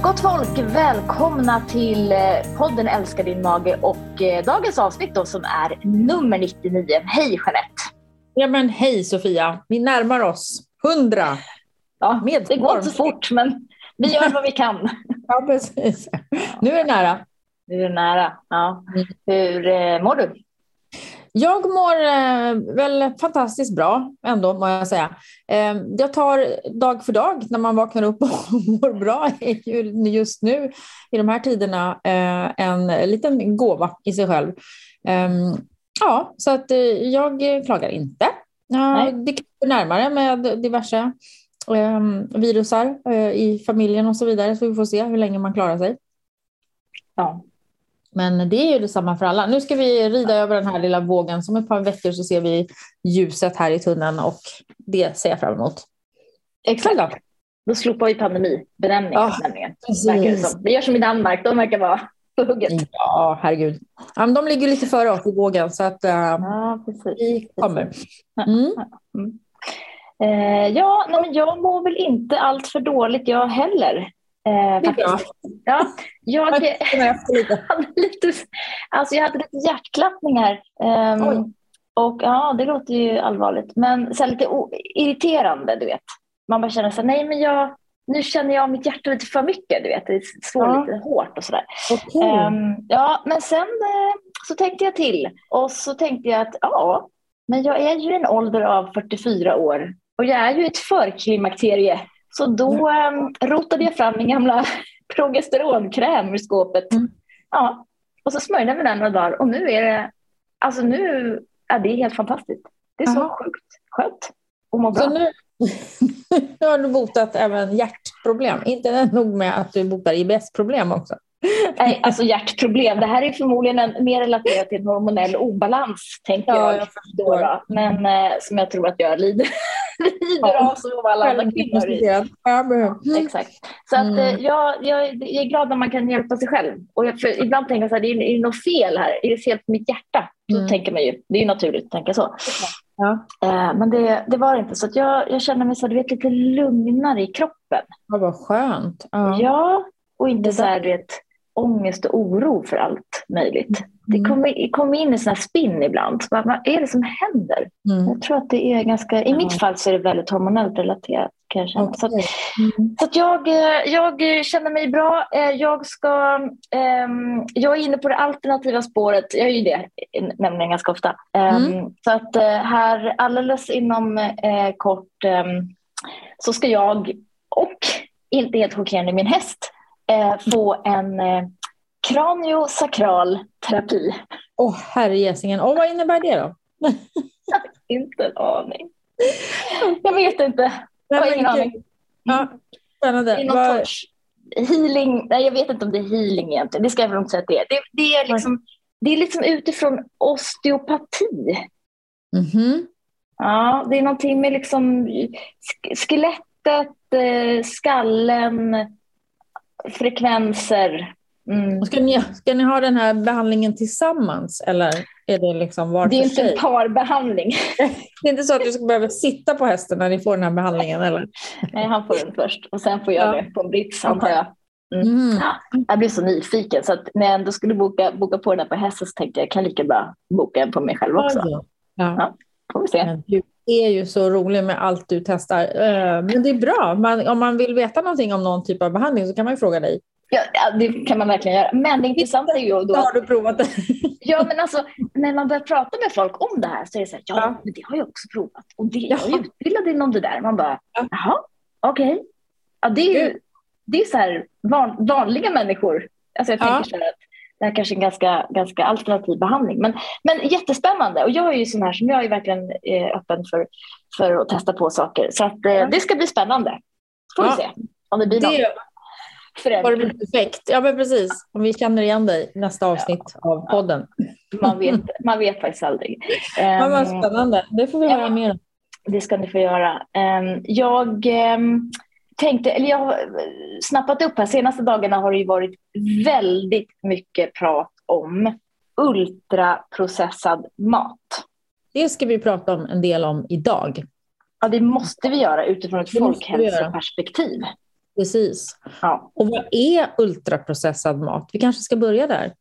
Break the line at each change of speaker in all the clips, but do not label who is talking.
Gott folk, välkomna till podden Älskar din mage och dagens avsnitt då som är nummer 99. Hej Jeanette!
Ja men hej Sofia, vi närmar oss 100.
Ja, det går inte så fort men vi gör vad vi kan.
Ja precis, nu är det nära.
Nu är det nära, ja. Hur mår du?
Jag mår väl fantastiskt bra ändå må jag säga. Jag tar dag för dag när man vaknar upp och mår bra är ju just nu i de här tiderna en liten gåva i sig själv. Ja, så att jag klagar inte. Det kan närmare med diverse virusar i familjen och så vidare så vi får se hur länge man klarar sig.
Ja.
Men det är ju detsamma för alla. Nu ska vi rida över den här lilla vågen. Som ett par veckor så ser vi ljuset här i tunneln och det ser jag fram emot.
Exakt. Då slopar vi pandemibenämningen. Vi gör som i Danmark. De verkar vara på hugget.
Ja, herregud. Ja, men de ligger lite före oss i vågen så att vi kommer.
Men jag mår väl inte allt för dåligt jag heller. Faktiskt. Ja, jag hade lite hjärtklappningar och ja, det låter ju allvarligt men så lite irriterande, du vet. Man bara känner så här, nej men nu känner jag mitt hjärta lite för mycket, du vet. Det slår lite hårt och sådär. Ja, men sen så tänkte jag till och så tänkte jag att men jag är ju i en ålder av 44 år och jag är ju ett förklimakterie. Så då rotade jag fram min gamla progesteronkräm i skåpet. Ja, och så smörjde jag med den några dagar. Och nu är det, det är helt fantastiskt. Det är så sjukt skönt och må bra.
Så nu har du botat även hjärtproblem. Inte nog med att du botar IBS-problem också.
Nej, alltså hjärtproblem. Det här är förmodligen mer relaterat till hormonell obalans, tänker jag då. Men som jag tror att jag lider av som alla andra kvinnor. Exakt. Så att jag är glad när man kan hjälpa sig själv. Och ibland tänker jag så här, är det något fel här? Är det fel på mitt hjärta? Så tänker man ju. Det är ju naturligt att tänka så. Ja. Men det var inte. Så att jag känner mig så lite lugnare i kroppen.
Ja, vad skönt.
Ja, och inte så här, du vet, ångest och oro för allt möjligt. Det kommer in i såna här spinn ibland. Vad är det som händer? Jag tror att det är ganska... I mitt fall så är det väldigt hormonellt relaterat, kan jag känna. Så att jag känner mig bra. Jag är inne på det alternativa spåret. Jag är ju det, nämligen ganska ofta. Så att här alldeles inom kort så ska jag och inte helt chockerande min häst få en kraniosakral terapi.
Herrejäsingen. Och vad innebär det då?
Inte en aning. Jag vet inte. Jag har ingen aning.
Ja, spännande.
Det är någon sorts healing. Nej, jag vet inte om det är healing egentligen. Det ska jag väl inte säga att det är. Det är liksom utifrån osteopati. Ja, det är någonting med liksom skelettet, skallen, frekvenser.
Ska ni ha den här behandlingen tillsammans eller är det liksom var för sig?
Det är inte en parbehandling.
Det är inte så att du ska behöva sitta på hästen när ni får den här behandlingen eller?
Nej, han får den först och sen får jag det på en brits, antar jag. Jag blev så nyfiken så att när jag ändå skulle boka på den här på hästen så tänkte jag kan lika bra boka den på mig själv också. Ja, får vi se.
Men du är ju så rolig med allt du testar. Men det är bra. Om man vill veta någonting om någon typ av behandling så kan man ju fråga dig.
Ja, det kan man verkligen göra. Men det intressanta är ju då...
Har du provat det?
Ja, men alltså, när man börjar prata med folk om det här så är det så här, men det har jag också provat. Och jag är utbildad inom det där. Man bara, jaha, okej. Ja, det är så här vanliga människor. Alltså jag tänker så här att det här kanske är en ganska alternativ behandling. Men jättespännande. Och jag är ju sån här som jag är verkligen öppen för att testa på saker. Så att det ska bli spännande. Får vi se om det blir något.
Var det perfekt? Ja, men precis. Om vi känner igen dig nästa avsnitt av podden.
Man vet faktiskt aldrig.
Vad spännande. Det får vi höra mer om.
Det ska ni få göra. Jag har snappat upp här. Senaste dagarna har det ju varit väldigt mycket prat om ultraprocessad mat. Det
ska vi prata om en del om idag.
Ja, det måste vi göra utifrån ett folkhälsoperspektiv.
Precis.
Ja.
Och vad är ultraprocessad mat? Vi kanske ska börja där.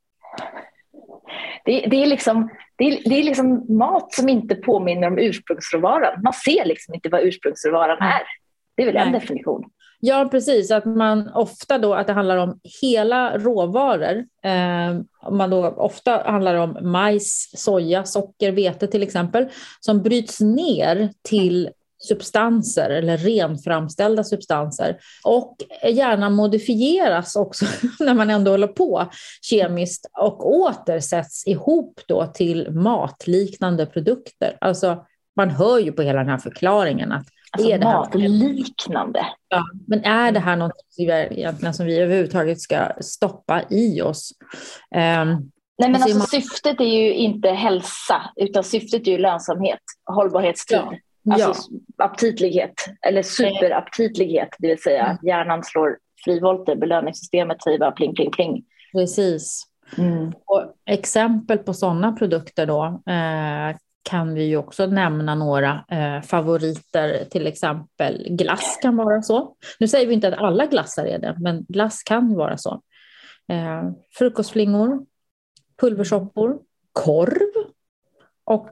Det är liksom mat som inte påminner om ursprungsråvaran. Man ser liksom inte vad ursprungsråvaran är. Det är väl en definition.
Ja, precis. Att man ofta då, att det handlar om hela råvaror. Man då ofta handlar om majs, soja, socker, vete till exempel, som bryts ner till substanser eller renframställda substanser och gärna modifieras också när man ändå håller på kemiskt och återsätts ihop då till matliknande produkter. Alltså man hör ju på hela den här förklaringen att
alltså
är det här
matliknande.
Ja, men är det här något som vi överhuvudtaget ska stoppa i oss?
Nej, men alltså syftet är ju inte hälsa, utan syftet är ju lönsamhet, hållbarhetstid. Alltså aptitlighet eller superaptitlighet, det vill säga hjärnan slår frivolter, belöningssystemet säger bara pling, pling, pling.
Precis. Och exempel på sådana produkter då kan vi ju också nämna några favoriter, till exempel glass kan vara så. Nu säger vi inte att alla glassar är det, men glass kan vara så. Frukostflingor, pulversoppor, korv och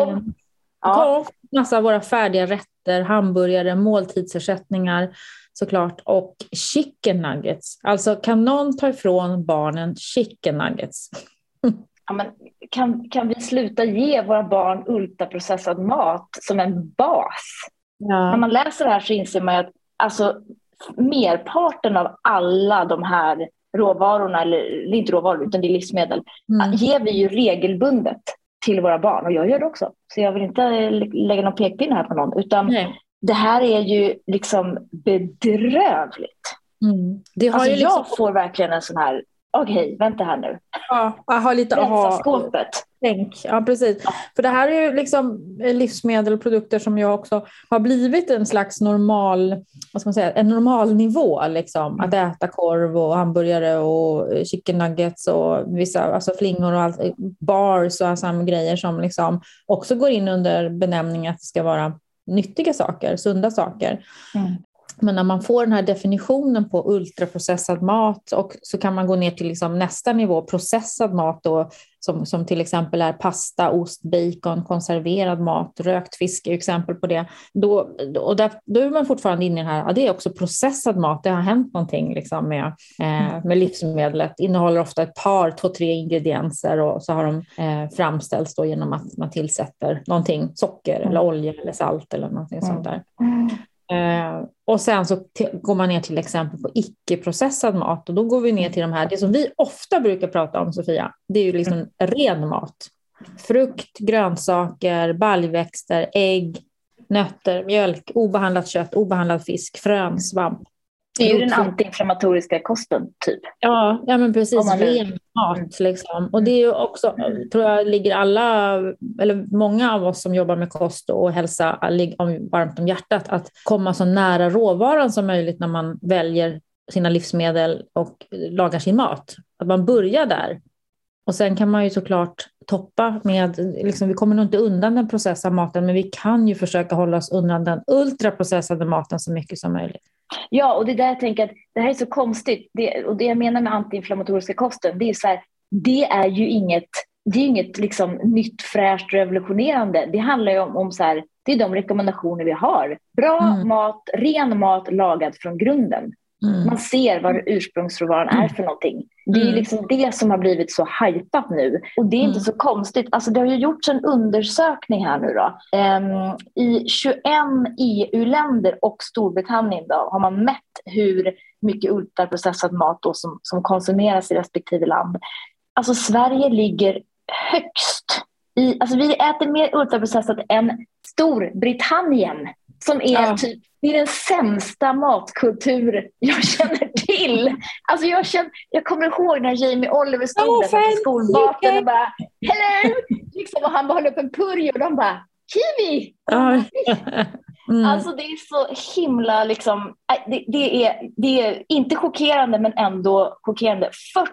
massa av våra färdiga rätter, hamburgare, måltidsersättningar såklart och chicken nuggets. Alltså kan någon ta ifrån barnen chicken nuggets?
Ja, men kan vi sluta ge våra barn ultraprocessad mat som en bas? Ja. När man läser det här så inser man att alltså, merparten av alla de här råvarorna, eller inte råvaror utan det är livsmedel, ger vi ju regelbundet till våra barn. Och jag gör det också. Så jag vill inte lägga någon pekpinne här på någon. Utan det här är ju liksom bedrövligt. Det har alltså ju jag får verkligen en sån här okej, vänta här nu.
Ja, jag har lite
skåpet.
Ja, precis. Ja. För det här är ju liksom livsmedel och produkter som jag också har blivit en slags en normal nivå liksom. Att äta korv och hamburgare och chicken nuggets och vissa alltså flingor och allt, bars och samma grejer som liksom också går in under benämningen att det ska vara nyttiga saker, sunda saker. Men när man får den här definitionen på ultraprocessad mat och så kan man gå ner till liksom nästa nivå, processad mat då, som till exempel är pasta, ost, bacon, konserverad mat, rökt fisk är exempel på det. Då är man fortfarande inne i den här, det är också processad mat, det har hänt någonting liksom med livsmedlet. Innehåller ofta ett par, 2-3 ingredienser och så har de framställts då genom att man tillsätter någonting, socker eller olja eller salt eller någonting sånt där. Och sen så går man ner till exempel på icke-processad mat och då går vi ner till de här, det som vi ofta brukar prata om, Sofia, det är ju liksom ren mat. Frukt, grönsaker, baljväxter, ägg, nötter, mjölk, obehandlat kött, obehandlad fisk, frön, svamp.
Det är ju den antiinflammatoriska kosten typ.
Ja men precis, ren mat liksom. Och det är ju också, tror jag, ligger många av oss som jobbar med kost och hälsa ligger varmt om hjärtat att komma så nära råvaran som möjligt när man väljer sina livsmedel och lagar sin mat. Att man börjar där. Och sen kan man ju såklart toppa med, liksom, vi kommer nog inte undan den processade maten, men vi kan ju försöka hålla oss undan den ultraprocessade maten så mycket som möjligt.
Ja, och det där jag tänker att det här är så konstigt. Det jag menar med antiinflammatoriska kosten, det är så här, det är ju inget liksom nytt, fräscht, revolutionerande. Det handlar ju om så här, det är de rekommendationer vi har. Bra mat, ren mat lagad från grunden. Man ser vad ursprungsråvaran är för någonting. Det är liksom det som har blivit så hypat nu. Och det är inte så konstigt. Alltså det har ju gjorts en undersökning här nu då. I 21 EU-länder och Storbritannien då, har man mätt hur mycket ultraprocessad mat då som konsumeras i respektive land. Alltså Sverige ligger högst. Alltså vi äter mer ultraprocessat än Storbritannien. Som är typ, det är den sämsta matkultur jag känner till. Alltså jag kommer ihåg när Jamie Oliver stod där på skolmaten och bara hello! Liksom, och han bara höll upp en purj och de bara kiwi! Alltså det är så himla liksom, det är inte chockerande men ändå chockerande.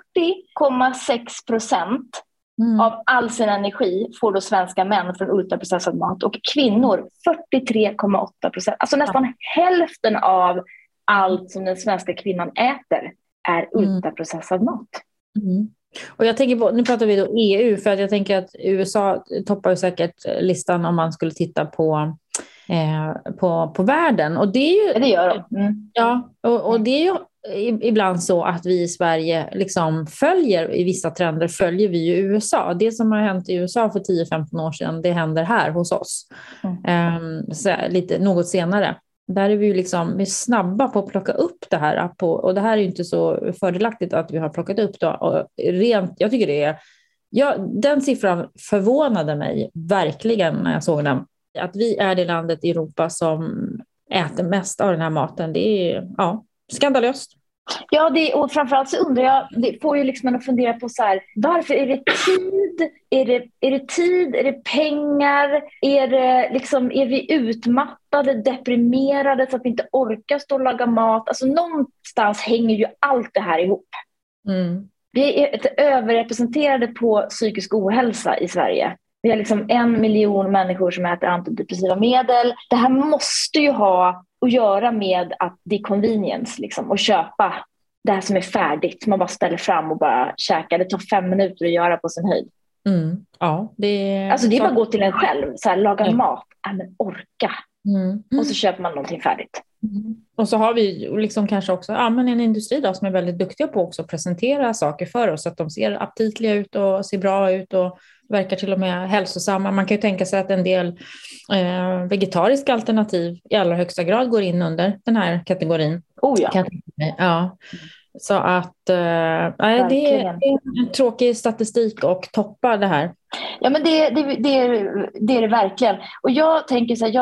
40,6% av all sin energi får då svenska män från ultraprocessad mat och kvinnor 43,8%. Alltså nästan hälften av allt som den svenska kvinnan äter är ultraprocessad mat.
Mm. Och jag tänker på, nu pratar vi då EU, för att jag tänker att USA toppar ju säkert listan om man skulle titta på världen. Och det är ju,
det gör de.
Ja, och det är ju ibland så att vi i Sverige liksom i vissa trender följer vi ju USA. Det som har hänt i USA för 10-15 år sedan, det händer här hos oss. Något senare. Där är vi ju liksom, vi är snabba på att plocka upp det här. Och det här är ju inte så fördelaktigt att vi har plockat upp det. Och jag tycker det är... den siffran förvånade mig verkligen när jag såg den. Att vi är det landet i Europa som äter mest av den här maten. Det är skandalöst.
Ja, och framförallt så undrar jag, det får ju liksom att fundera på så här, varför är det tid? Är det tid? Är det pengar? Är vi utmattade, deprimerade så att vi inte orkar stå och laga mat? Alltså någonstans hänger ju allt det här ihop. Vi är överrepresenterade på psykisk ohälsa i Sverige. Vi har liksom 1 miljon människor som äter antidepressiva medel. Det här måste ju ha att göra med att det är convenience liksom, och köpa det här som är färdigt. Man bara ställer fram och bara käkar. Det tar 5 minuter att göra på sin höjd.
Ja, det är
bara att gå till en själv. Så här, laga mat. Men orka. Och så köper man någonting färdigt.
Och så har vi liksom kanske också en industri då, som är väldigt duktiga på också att presentera saker för oss. Så att de ser aptitliga ut och ser bra ut och verkar till och med hälsosamma. Man kan ju tänka sig att en del vegetariska alternativ i allra högsta grad går in under den här kategorin. Ja. Så att det är en tråkig statistik och toppar det här.
Ja, men det är det verkligen. Och jag tänker så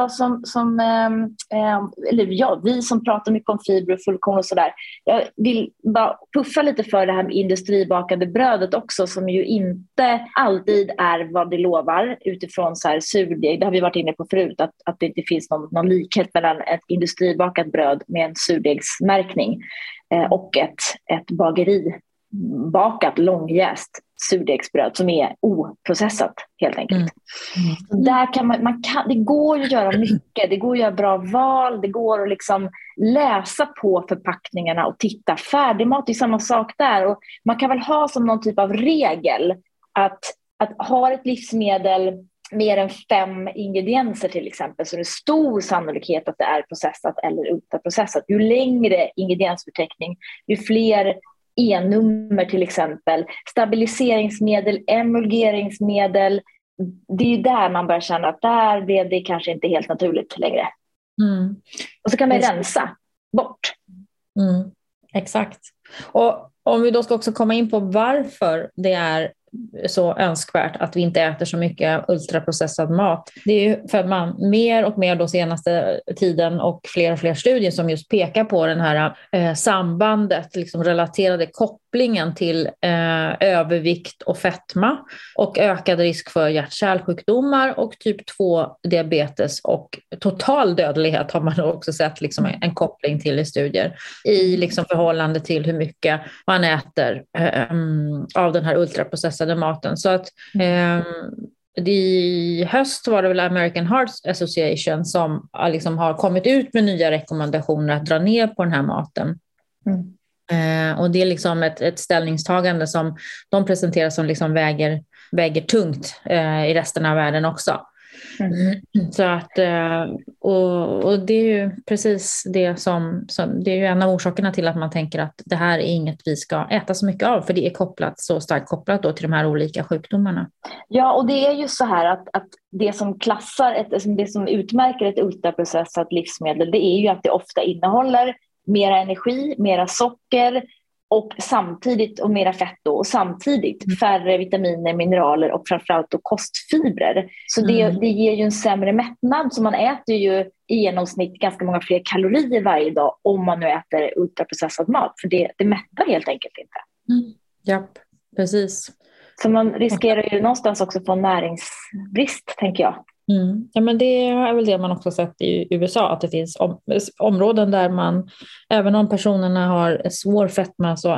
här, vi som pratar mycket om fiber och fullkorn och sådär. Jag vill bara puffa lite för det här med industribakade brödet också, som ju inte alltid är vad det lovar utifrån så här surdeg. Det har vi varit inne på förut, att det inte finns någon likhet mellan ett industribakat bröd med en surdegsmärkning och ett bageribakat långjäst surdegsbröd som är oprocessat helt enkelt. Där kan det går ju att göra mycket. Det går att göra bra val. Det går att liksom läsa på förpackningarna och titta. Färdigmat är samma sak där. Och man kan väl ha som någon typ av regel att ha ett livsmedel mer än 5 ingredienser till exempel, så det är stor sannolikhet att det är processat eller ultraprocessat. Ju längre ingrediensförteckning, ju fler E-nummer till exempel, stabiliseringsmedel, emulgeringsmedel, det är ju där man börjar känna att där blev det kanske inte helt naturligt längre. Och så kan man rensa bort.
Exakt. Och om vi då ska också komma in på varför det är så önskvärt att vi inte äter så mycket ultraprocessad mat. Det är ju för att man mer och mer då senaste tiden och fler studier som just pekar på den här sambandet, liksom relaterade kopplingen till övervikt och fetma och ökad risk för hjärt-kärlsjukdomar och typ 2 diabetes och total dödlighet har man också sett liksom en koppling till i studier i liksom förhållande till hur mycket man äter av den här ultraprocessade maten. Så att i höst var det väl American Heart Association som liksom har kommit ut med nya rekommendationer att dra ner på den här maten. Och det är liksom ett ställningstagande som de presenterar som liksom väger tungt i resten av världen också. Så att, och det är ju precis det som det är ju en av orsakerna till att man tänker att det här är inget vi ska äta så mycket av, för det är så starkt kopplat då till de här olika sjukdomarna.
Ja, och det är ju så här att det som det som utmärker ett ultraprocessat livsmedel, det är ju att det ofta innehåller mera energi, mera socker och samtidigt, och mera fett då, och samtidigt färre vitaminer, mineraler och framförallt då kostfibrer. Så det ger ju en sämre mättnad, så man äter ju i genomsnitt ganska många fler kalorier varje dag om man nu äter ultraprocessad mat, för det mättar helt enkelt inte.
Japp, precis.
Så man riskerar ju någonstans också få näringsbrist, tänker jag.
Ja, men det är väl det man också sett i USA, att det finns områden där man, även om personerna har svår fetma, så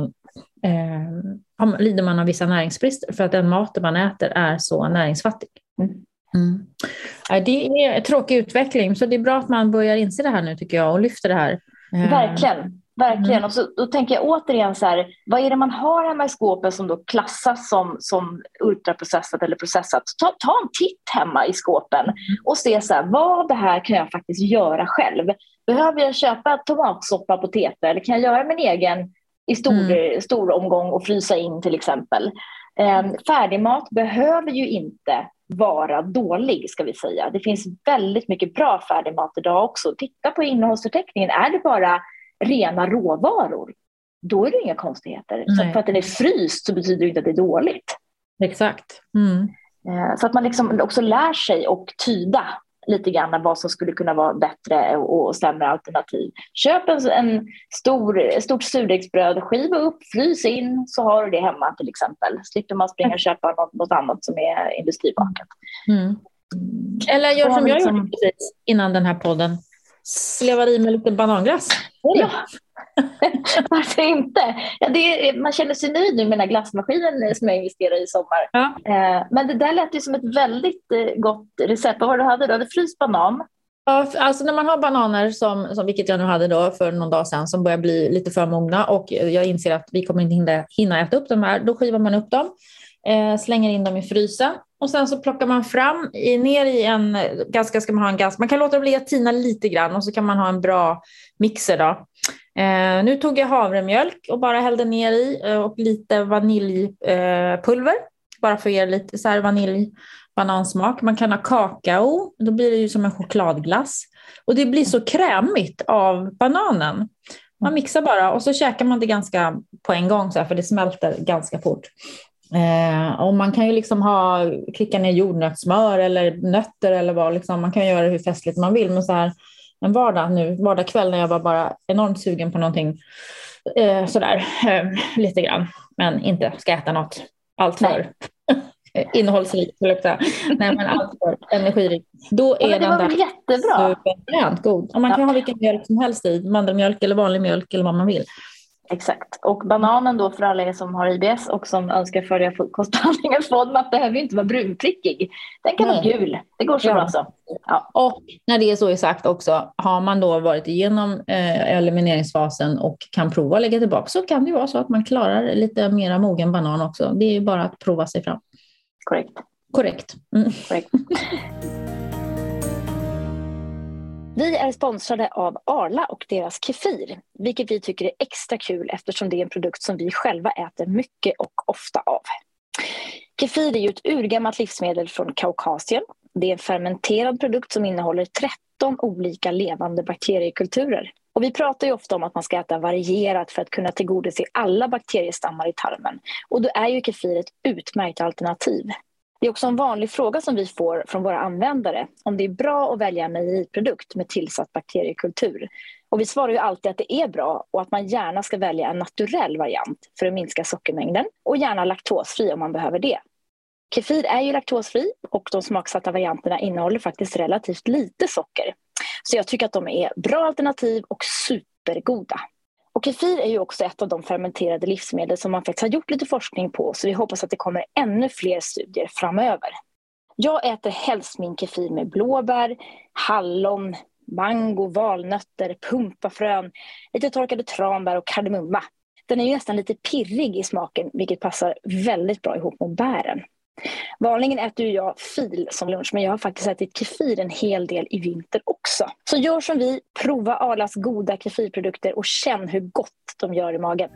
lider man av vissa näringsbrister för att den maten man äter är så näringsfattig. Det är en tråkig utveckling, så det är bra att man börjar inse det här nu, tycker jag, och lyfter det här.
Verkligen. Verkligen. Och så, då tänker jag återigen så här, vad är det man har hemma i skåpet som då klassas som ultraprocessat eller processat? Ta en titt hemma i skåpen och se så här, vad det här kan jag faktiskt göra själv. Behöver jag köpa tomatsoppa på TT eller kan jag göra min egen i stor omgång och frysa in till exempel? Färdigmat behöver ju inte vara dålig, ska vi säga. Det finns väldigt mycket bra färdigmat idag också. Titta på innehållsförteckningen. Är det bara rena råvaror, då är det inga konstigheter. Så för att den är fryst så betyder det inte att det är dåligt.
Exakt.
Så att man liksom också lär sig och tyda lite grann vad som skulle kunna vara bättre och sämre alternativ. Köp en stort surdegsbröd, skiva upp, frys in, så har du det hemma till exempel. Slipper man springa och köpa något annat som är industribakat.
Eller gör som jag gjorde precis innan den här podden. Slevar i med lite bananglass.
Ja, varför inte? Ja, man känner sig nöjd nu med den här glassmaskinen som jag investerade i sommar.
Ja.
Men det där lät ju som ett väldigt gott recept. Vad var det du hade då? Du hade fryst banan.
Ja, alltså när man har bananer som vilket jag nu hade då för någon dag sedan som börjar bli lite för mogna och jag inser att vi kommer inte hinna äta upp de här, då skivar man upp dem, slänger in dem i frysen och sen så plockar man fram ner i en ganska, ska man ha en gas, man kan låta det bli att tina lite grann och så kan man ha en bra mixer då. Nu tog jag havremjölk och bara hällde ner i och lite vaniljpulver bara för att ge lite så här vaniljbanansmak. Man kan ha kakao, då blir det ju som en chokladglass. Och det blir så krämigt av bananen. Man mixar bara och så käkar man det ganska på en gång så här, för det smälter ganska fort. Och man kan ju liksom klicka ner jordnötssmör eller nötter eller vad liksom. Man kan göra det hur festligt man vill, men så här en vardagskväll när jag var bara enormt sugen på någonting lite grann, men inte ska äta något allt för innehållsrikt, nej men allt för energirikt. Då är den där
jättebra.
Suveränt god. Och man kan ha vilken mjölk som helst i, mandelmjölk eller vanlig mjölk eller vad man vill.
Exakt. Och bananen då för alla er som har IBS och som önskar följa kostbehandlingen FODMAP behöver ju inte vara brunprickig. Den kan vara gul. Det går så bra så. Ja.
Och när det är så sagt också, har man då varit igenom elimineringsfasen och kan prova att lägga tillbaka, så kan det ju vara så att man klarar lite mera mogen banan också. Det är ju bara att prova sig fram. Korrekt.
Vi är sponsrade av Arla och deras kefir, vilket vi tycker är extra kul eftersom det är en produkt som vi själva äter mycket och ofta av. Kefir är ju ett urgammalt livsmedel från Kaukasien. Det är en fermenterad produkt som innehåller 13 olika levande bakteriekulturer. Och vi pratar ju ofta om att man ska äta varierat för att kunna tillgodose alla bakteriestammar i tarmen. Och då är ju kefir ett utmärkt alternativ. Det är också en vanlig fråga som vi får från våra användare om det är bra att välja en mejeriprodukt med tillsatt bakteriekultur. Och vi svarar ju alltid att det är bra och att man gärna ska välja en naturell variant för att minska sockermängden och gärna laktosfri om man behöver det. Kefir är ju laktosfri och de smaksatta varianterna innehåller faktiskt relativt lite socker. Så jag tycker att de är bra alternativ och supergoda. Och kefir är ju också ett av de fermenterade livsmedel som man faktiskt har gjort lite forskning på, så vi hoppas att det kommer ännu fler studier framöver. Jag äter helst min kefir med blåbär, hallon, mango, valnötter, pumpafrön, lite torkade tranbär och kardemumma. Den är ju nästan lite pirrig i smaken, vilket passar väldigt bra ihop med bären. Vanligen äter jag fil som lunch, men jag har faktiskt ätit kefir en hel del i vinter också. Så gör som vi, prova Arlas goda kefirprodukter och känn hur gott de gör i magen.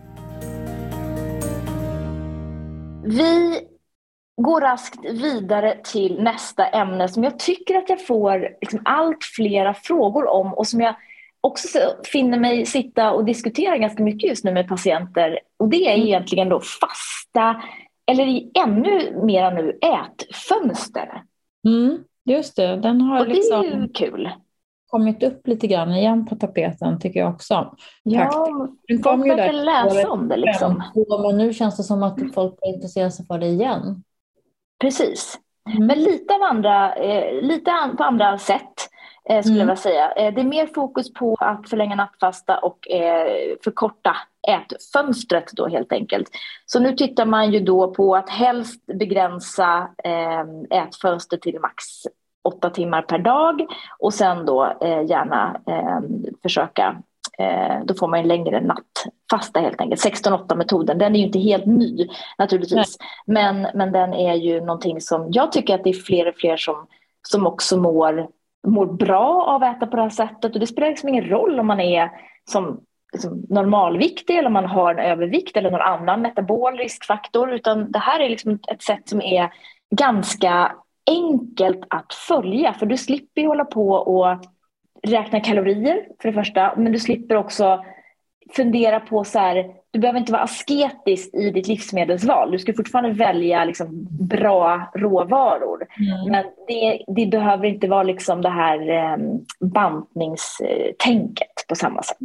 Vi går raskt vidare till nästa ämne som jag tycker att jag får allt flera frågor om och som jag också finner mig sitta och diskutera ganska mycket just nu med patienter. Och det är egentligen då fasta, eller ännu mer nu, ätfönster.
Just det, den har
och det är ju kul.
Kommit upp lite grann igen på tapeten tycker jag också.
Ja, folk verkar läsa om det liksom.
Men nu känns det som att folk intresserar sig för det igen.
Precis. Men lite på andra sätt skulle jag vilja säga. Det är mer fokus på att förlänga nattfasta och förkorta ätfönstret då helt enkelt. Så nu tittar man ju då på att helst begränsa ätfönstret till max 8 timmar per dag och sen då gärna försöka Då får man en längre nattfasta helt enkelt. 16-8-metoden, den är ju inte helt ny naturligtvis. Men den är ju någonting som jag tycker att det är fler och fler som också mår bra av att äta på det här sättet. Och det spelar liksom ingen roll om man är som normalviktig eller om man har en övervikt eller någon annan metabol riskfaktor. Utan det här är liksom ett sätt som är ganska enkelt att följa. För du slipper ju hålla på och räkna kalorier för det första. Men du slipper också fundera på så här, du behöver inte vara asketisk i ditt livsmedelsval. Du ska fortfarande välja liksom bra råvaror. Men det behöver inte vara liksom det här bantningstänket på samma sätt.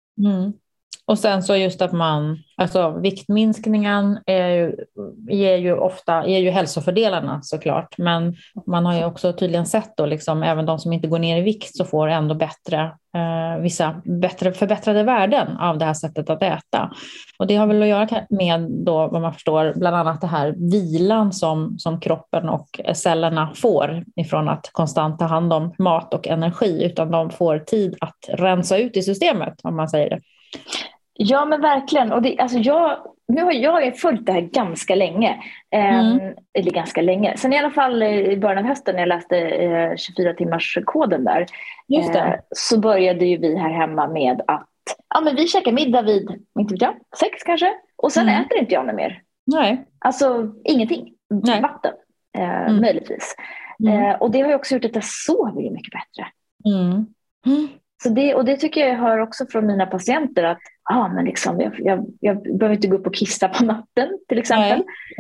Och sen så just att viktminskningen ger ju hälsofördelarna såklart, men man har ju också tydligen sett då liksom, även de som inte går ner i vikt så får ändå vissa förbättrade värden av det här sättet att äta. Och det har väl att göra med då, vad man förstår, bland annat det här vilan som kroppen och cellerna får ifrån att konstant ta hand om mat och energi, utan de får tid att rensa ut i systemet, om man säger det.
Ja, men verkligen. Och nu har jag följt det här ganska länge. Eller ganska länge. Sen i alla fall i början av hösten när jag läste 24-timmarskoden där.
Just det.
Så började ju vi här hemma med att men vi käkar middag vid, inte vet jag, 6 kanske. Och sen äter inte jag något mer. Nej. Alltså ingenting. Nej. Vatten. Möjligtvis. Och det har ju också gjort att jag sover mycket bättre. Så det tycker jag hör också från mina patienter att men liksom, jag behöver inte gå upp och kissa på natten till exempel.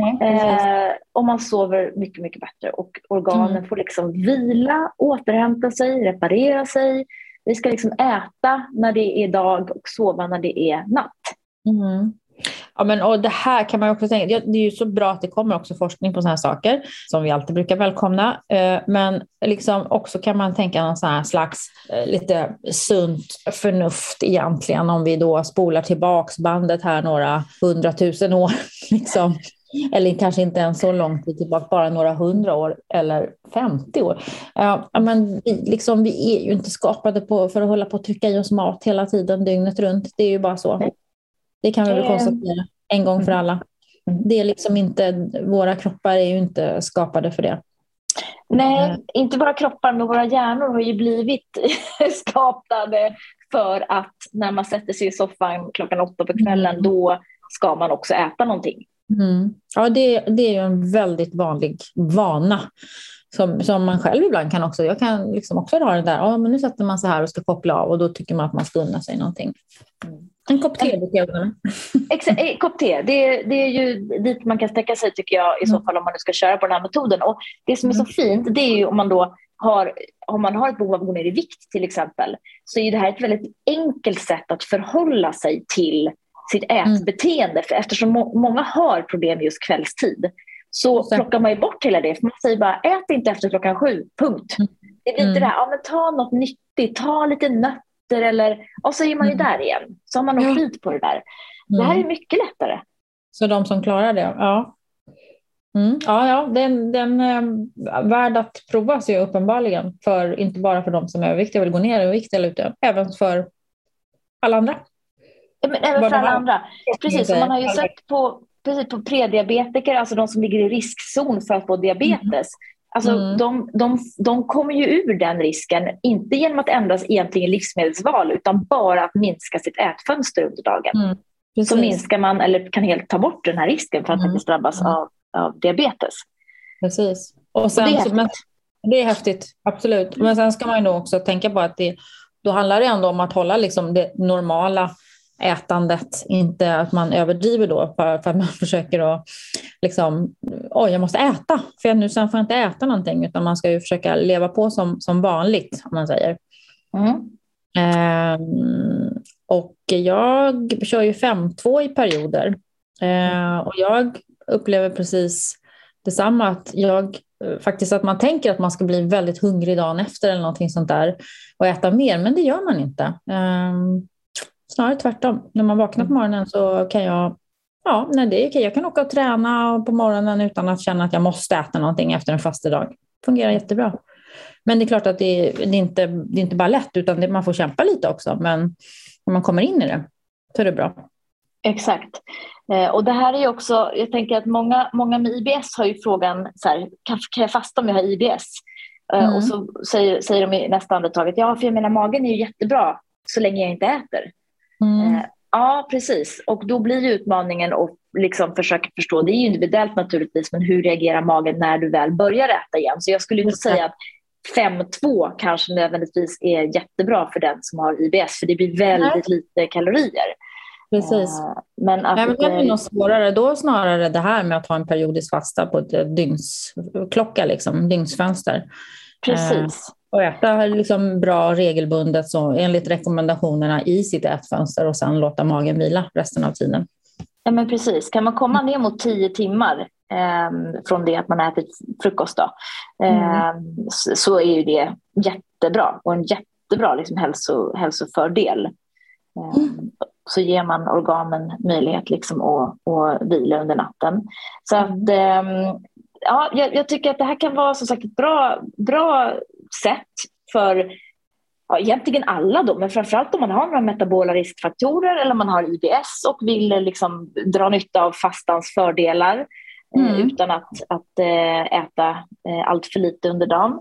Och man sover mycket, mycket bättre och organen får liksom vila, återhämta sig, reparera sig. Vi ska liksom äta när det är dag och sova när det är natt.
Ja, men och det här kan man också tänka, det är ju så bra att det kommer också forskning på såna här saker som vi alltid brukar välkomna, men liksom också kan man tänka någon sån här slags lite sunt förnuft egentligen, om vi då spolar tillbaks bandet här några 100 000 år liksom. Eller kanske inte ens så lång tid tillbaka, bara några 100 år eller 50 år. Men vi är ju inte skapade för att hålla på att trycka i oss mat hela tiden, dygnet runt. Det är ju bara så. Det kan vi väl konstatera en gång för alla. Det är liksom inte, våra kroppar är ju inte skapade för det.
Nej, inte bara kroppar, men våra hjärnor har ju blivit skapade för att när man sätter sig i soffan 8 på kvällen, då ska man också äta någonting. Ja, det är ju en väldigt vanlig vana som man själv ibland kan också. Jag kan liksom också ha det där, men nu sätter man sig här och ska koppla av och då tycker man att man ska unna sig någonting. En kopp te. Exakt, kopp te. Det är ju dit man kan sträcka sig tycker jag i så fall om man nu ska köra på den här metoden. Och det som är så fint, det är ju om man då om man har ett behov av att gå ner i vikt till exempel, så är det här ett väldigt enkelt sätt att förhålla sig till sitt ätbeteende. För eftersom många har problem just kvällstid, så plockar man ju bort hela det. För man säger bara, ät inte efter 7:00, punkt. Det blir inte det här, men ta något nyttigt, ta lite nötter eller, och så är man ju där igen. Så har man nog skit på det där. Det här är mycket lättare.
Så de som klarar det, den värd att provas ju uppenbarligen, för inte bara för de som är överviktiga och vill gå ner i vikt eller ute, även för alla andra.
Men även för alla andra. Precis, som man har ju sett på prediabetiker, alltså de som ligger i riskzon för att få diabetes. Alltså de kommer ju ur den risken, inte genom att ändra egentligen livsmedelsval, utan bara att minska sitt ätfönster under dagen. Så minskar man, eller kan helt ta bort den här risken för att faktiskt drabbas av diabetes.
Precis. Och sen, det är häftigt, absolut. Men sen ska man ju nog också tänka på att då handlar det ändå om att hålla liksom det normala ätandet, inte att man överdriver då för att man försöker att liksom, jag måste äta för nu sen får jag inte äta någonting, utan man ska ju försöka leva på som vanligt, om man säger. Och jag kör ju 5-2 i perioder, och jag upplever precis detsamma, att att man tänker att man ska bli väldigt hungrig dagen efter eller någonting sånt där och äta mer, men det gör man inte. Snarare tvärtom. När man vaknar på morgonen så kan jag det är okej. Jag kan åka och träna på morgonen utan att känna att jag måste äta någonting efter en fastedag. Fungerar jättebra. Men det är klart att det är inte bara lätt, utan man får kämpa lite också. Men när man kommer in i det, så är det bra.
Exakt. Och det här är ju också, jag tänker att många med IBS har ju frågan så här, kan jag fasta om jag har IBS? Och så säger de i nästa andetaget, ja, för jag menar magen är ju jättebra så länge jag inte äter. Ja, precis. Och då blir ju utmaningen att liksom försöka förstå, det är ju individuellt naturligtvis, men hur reagerar magen när du väl börjar äta igen? Så jag skulle inte säga att 5-2 kanske nödvändigtvis är jättebra för den som har IBS, för det blir väldigt lite kalorier.
Precis.
Men
det är nog svårare då, snarare det här med att ha en periodisk fasta på ett dygnsklocka, liksom, dygnsfönster.
Precis.
Och äta liksom bra regelbundet så enligt rekommendationerna i sitt ätfönster och sen låta magen vila resten av tiden.
Ja, men precis. Kan man komma ner mot 10 timmar från det att man ätit frukost då, så är ju det jättebra och en jättebra liksom hälsofördel. Så ger man organen möjlighet liksom att vila under natten. Så att ja, jag tycker att det här kan vara som sagt ett bra sätt för egentligen alla då, men framförallt om man har några metabola riskfaktorer eller man har IBS och vill liksom dra nytta av fastans fördelar utan att äta allt för lite under dagen.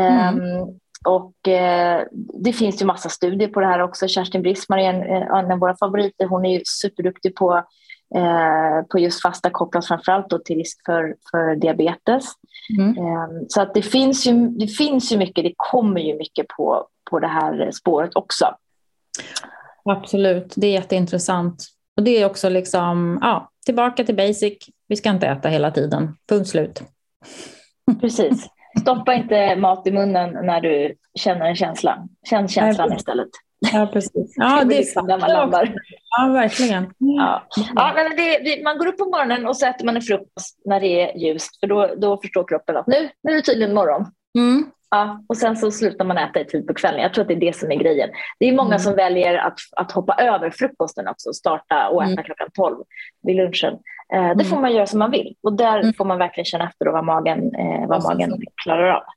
Och det finns ju massa studier på det här också. Kerstin Brismar är en av våra favoriter. Hon är ju superduktig på just fasta kopplat framförallt då till risk för diabetes. Så att det finns ju mycket, det kommer ju mycket på det här spåret också.
Absolut, det är jätteintressant. Och det är också liksom, tillbaka till basic. Vi ska inte äta hela tiden. Punkt slut.
Precis. Stoppa inte mat i munnen när du känner en känsla. Känn känslan istället.
Ja, precis. Ja, det är liksom
där man landar.
Ja, verkligen.
Ja, men man går upp på morgonen och så äter man en frukost när det är ljust. För då förstår kroppen att nu är det tydligen morgon. Ja, och sen så slutar man äta i tid på kvällen. Jag tror att det är det som är grejen. Det är många som väljer att hoppa över frukosten också. Starta och äta klockan 12 vid lunchen. Det får man göra som man vill. Och där får man verkligen känna efter vad magen klarar av.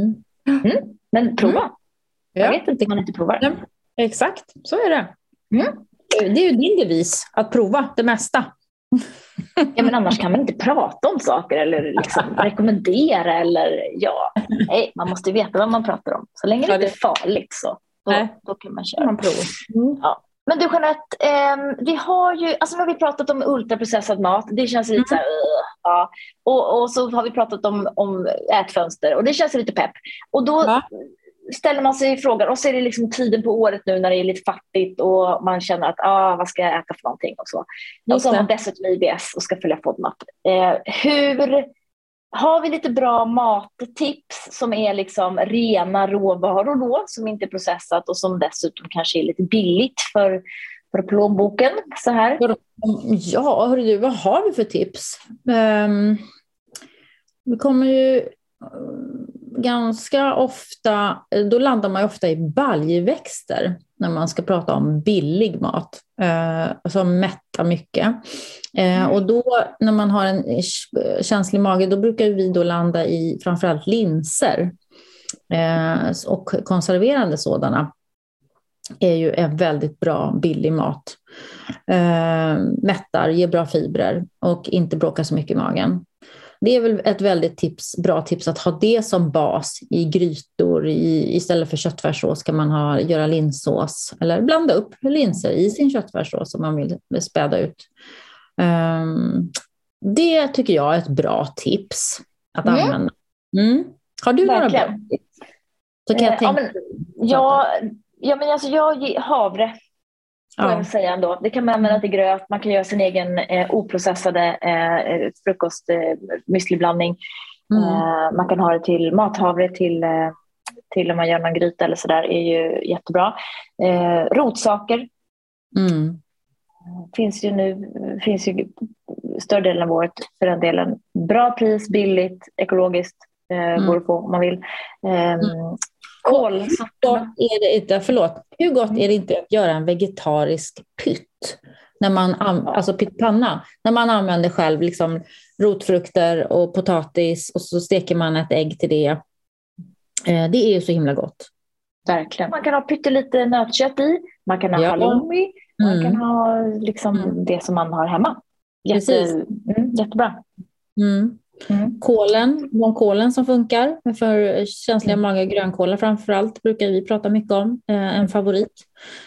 Men prova. Jag vet inte om man inte provar.
Ja, exakt, så är det. Det är ju din devis, att prova det mesta.
Ja, men annars kan man inte prata om saker eller liksom rekommendera nej, man måste veta vad man pratar om. Så länge det inte är farligt så då kan man köra. Ja. Men du Jeanette, vi har ju, alltså nu har vi pratat om ultraprocessad mat, det känns lite så här, och så har vi pratat om ätfönster och det känns lite pepp. Och då ställer man sig frågan, och så är det liksom tiden på året nu när det är lite fattigt och man känner att vad ska jag äta för någonting och så. Och så har man dessutom IBS och ska följa FODMAP. Har vi lite bra mattips som är liksom rena råvaror då, som inte är processat och som dessutom kanske är lite billigt för plånboken så här?
Ja, hörru, vad har vi för tips? Vi kommer ju ganska ofta, då landar man ju ofta i baljväxter när man ska prata om billig mat som mättar mycket. Och då när man har en känslig mage, då brukar vi då landa i framförallt linser och konserverande sådana är ju en väldigt bra billig mat. Mättar, ger bra fibrer och inte bråkar så mycket i magen. Det är väl ett väldigt bra tips att ha det som bas i grytor. Istället för köttfärssås kan man göra linssås eller blanda upp linser i sin köttfärssås om man vill späda ut. Det tycker jag är ett bra tips att använda. Har du några bra tips? Så kan jag havre. Får jag säga ändå. Det kan man använda till gröt, man kan göra sin egen oprocessade frukost müsliblandning. Man kan ha det till mathavre, till om man gör någon gryta eller sådär, är ju jättebra. Rotsaker finns ju större delen av året för den delen. Bra pris, billigt, ekologiskt, går att få om man vill. Hur gott är det inte att göra en vegetarisk pytt när man alltså pyttpanna när man använder själv liksom rotfrukter och potatis och så steker man ett ägg till det. Det är ju så himla gott.
Verkligen. Man kan ha pyttelite nötkött i, man kan ha halloumi, man kan ha liksom det som man har hemma. Jättebra.
Kålen som funkar för känsliga magar, grönkålar framförallt brukar vi prata mycket om, en favorit.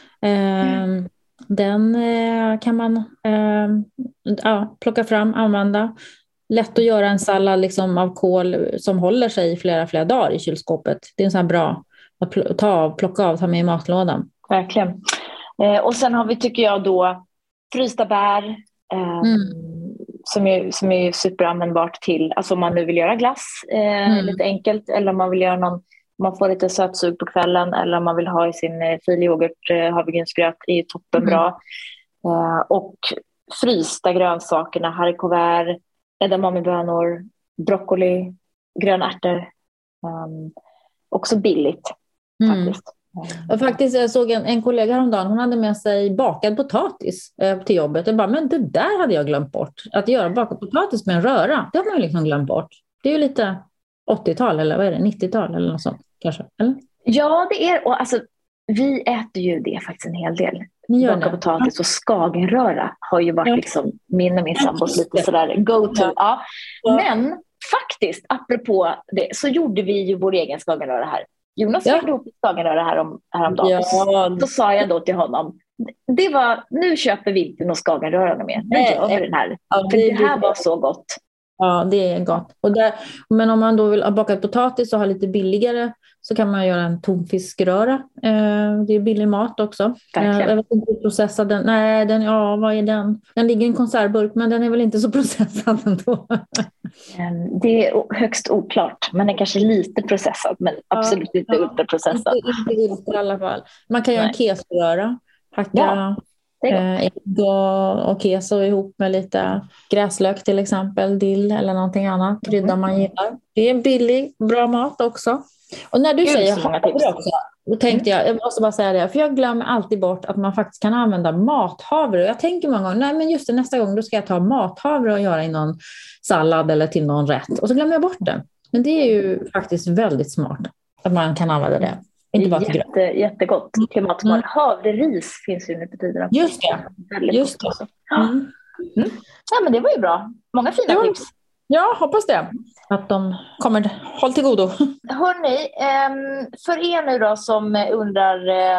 Den kan man plocka fram, använda. Lätt att göra en sallad liksom av kål som håller sig i flera dagar i kylskåpet. Det är en sån här bra att plocka av, ta med i matlådan.
Verkligen. Och sen har vi, tycker jag då, frysta bär som är superanvändbart till, alltså om man nu vill göra glass lite enkelt, eller om man vill göra man får lite sötsug på kvällen, eller om man vill ha i sin filyoghurt, havregrynsgröt är ju toppenbra. Och frysta grönsakerna, haricots verts, edamamebönor, broccoli, gröna ärtor. Också billigt faktiskt.
Och faktiskt, jag såg en kollega häromdagen, hon hade med sig bakad potatis till jobbet. Jag bara, men det där hade jag glömt bort. Att göra bakad potatis med en röra, det har man ju liksom glömt bort. Det är ju lite 80-tal eller vad är det, 90-tal eller något sånt kanske, eller?
Ja, det är, och alltså vi äter ju det faktiskt en hel del. Bakad potatis och skagenröra har ju varit liksom min och min sambos lite sådär go-to. Ja. Men faktiskt, apropå det, så gjorde vi ju vår egen skagenröra här. Jonas gjorde ihop skagenröra häromdagen. Ja. Så sa jag då till honom, nu köper vi inte någon skagenröra mer. Nu gör vi den här. För det här var så gott.
Ja, det är gott. Men om man då vill ha bakat potatis och ha lite billigare så kan man göra en tonfiskröra. Det är billig mat också. Jag vet inte hur processad den. Nej, vad är den? Den ligger i en konservburk, men den är väl inte så processad ändå.
Det är högst oklart, men den är kanske lite processad, men absolut inte ultraprocessad.
Inte ultra i alla fall. Man kan göra en kesröra. Hacka ägg och keso ihop med lite gräslök till exempel, dill eller någonting annat. Krydda man gillar. Det är en billig, bra mat också. Och när du säger havre också, då tänkte jag måste bara säga det, för jag glömmer alltid bort att man faktiskt kan använda mathavre. Och jag tänker många gånger, nej men just det, nästa gång då ska jag ta mathavre och göra i någon sallad eller till någon rätt. Och så glömmer jag bort det. Men det är ju faktiskt väldigt smart att man kan använda det. Inte bara till gröt.
Jättegott. Klimatsmart. Havreris finns ju nu på tiden.
Just det. Just det.
Ja, men det var ju bra. Många fina tips.
Ja, hoppas det. Att de kommer håll till godo.
Hörrni, för er nu då som undrar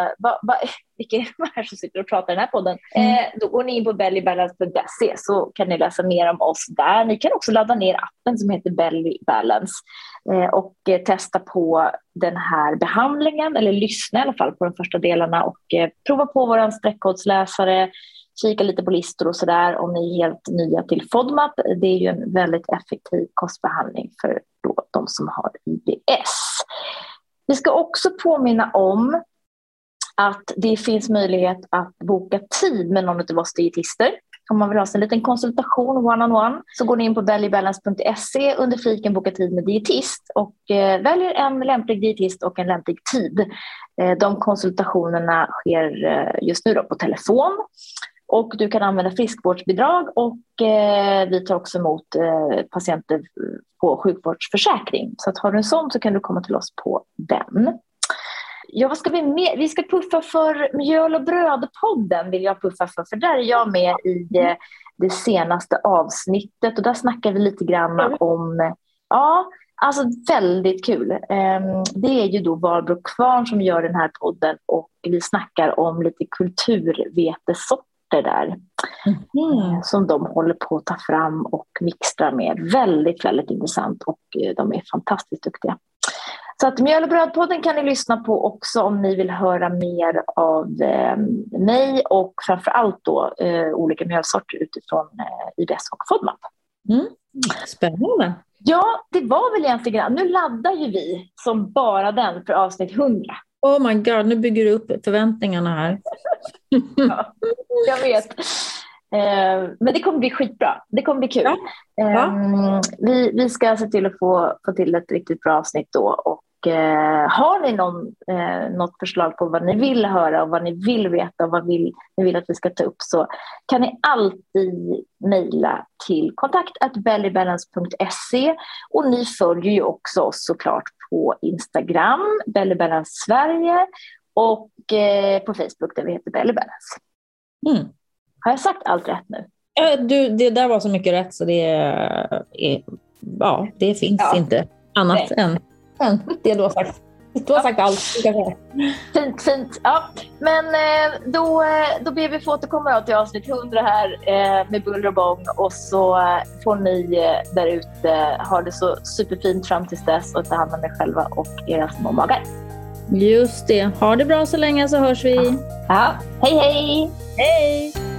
vilka är de här som sitter och pratar i den här podden, då går ni in på bellybalance.se så kan ni läsa mer om oss där. Ni kan också ladda ner appen som heter Belly Balance och testa på den här behandlingen, eller lyssna i alla fall på de första delarna och prova på vår streckkodsläsare. Kika lite på listor och sådär om ni är helt nya till FODMAP. Det är ju en väldigt effektiv kostbehandling för de som har IBS. Vi ska också påminna om att det finns möjlighet att boka tid med någon av oss dietister. Om man vill ha en liten konsultation one-on-one så går ni in på bellybalance.se under fliken boka tid med dietist och väljer en lämplig dietist och en lämplig tid. De konsultationerna sker just nu då på telefon. Och du kan använda friskvårdsbidrag och vi tar också emot patienter på sjukvårdsförsäkring. Så att har du en sån så kan du komma till oss på den. Ja, vad ska vi ska puffa för Mjöl och bröd-podden vill jag puffa för där är jag med i det senaste avsnittet och där snackar vi lite grann om, alltså väldigt kul. Det är ju då Barbro Kvarn som gör den här podden och vi snackar om lite kulturvetesorter där som de håller på att ta fram och mixtra med. Väldigt, väldigt intressant och de är fantastiskt duktiga. Så att Mjöl och brödpodden kan ni lyssna på också om ni vill höra mer av mig och framförallt då olika mjölsorter utifrån IBS och FODMAP.
Spännande.
Ja, det var väl egentligen. Nu laddar ju vi som bara den för avsnitt 100.
Oh my god, nu bygger du upp förväntningarna här.
Ja, jag vet. Men det kommer bli skitbra. Det kommer bli kul. Ja. Vi ska se till att få till ett riktigt bra avsnitt då och har ni något förslag på vad ni vill höra och vad ni vill veta och vad ni vill att vi ska ta upp, så kan ni alltid mejla till kontakt@bellybalance.se, och ni följer ju också oss såklart på Instagram, Bellybalance Sverige, och på Facebook där vi heter Bellybalance. Har jag sagt allt rätt nu?
Det där var så mycket rätt så det finns inte annat än det du har sagt. Du har sagt allt.
Fint. Ja. Men då ber vi få återkomma till avsnitt 100 här med buller och bång, och så får ni där ute ha det så superfint fram tills dess och ta hand om er själva och era små magar.
Just det. Ha det bra så länge, så hörs vi.
Ja. Hej!
Hej!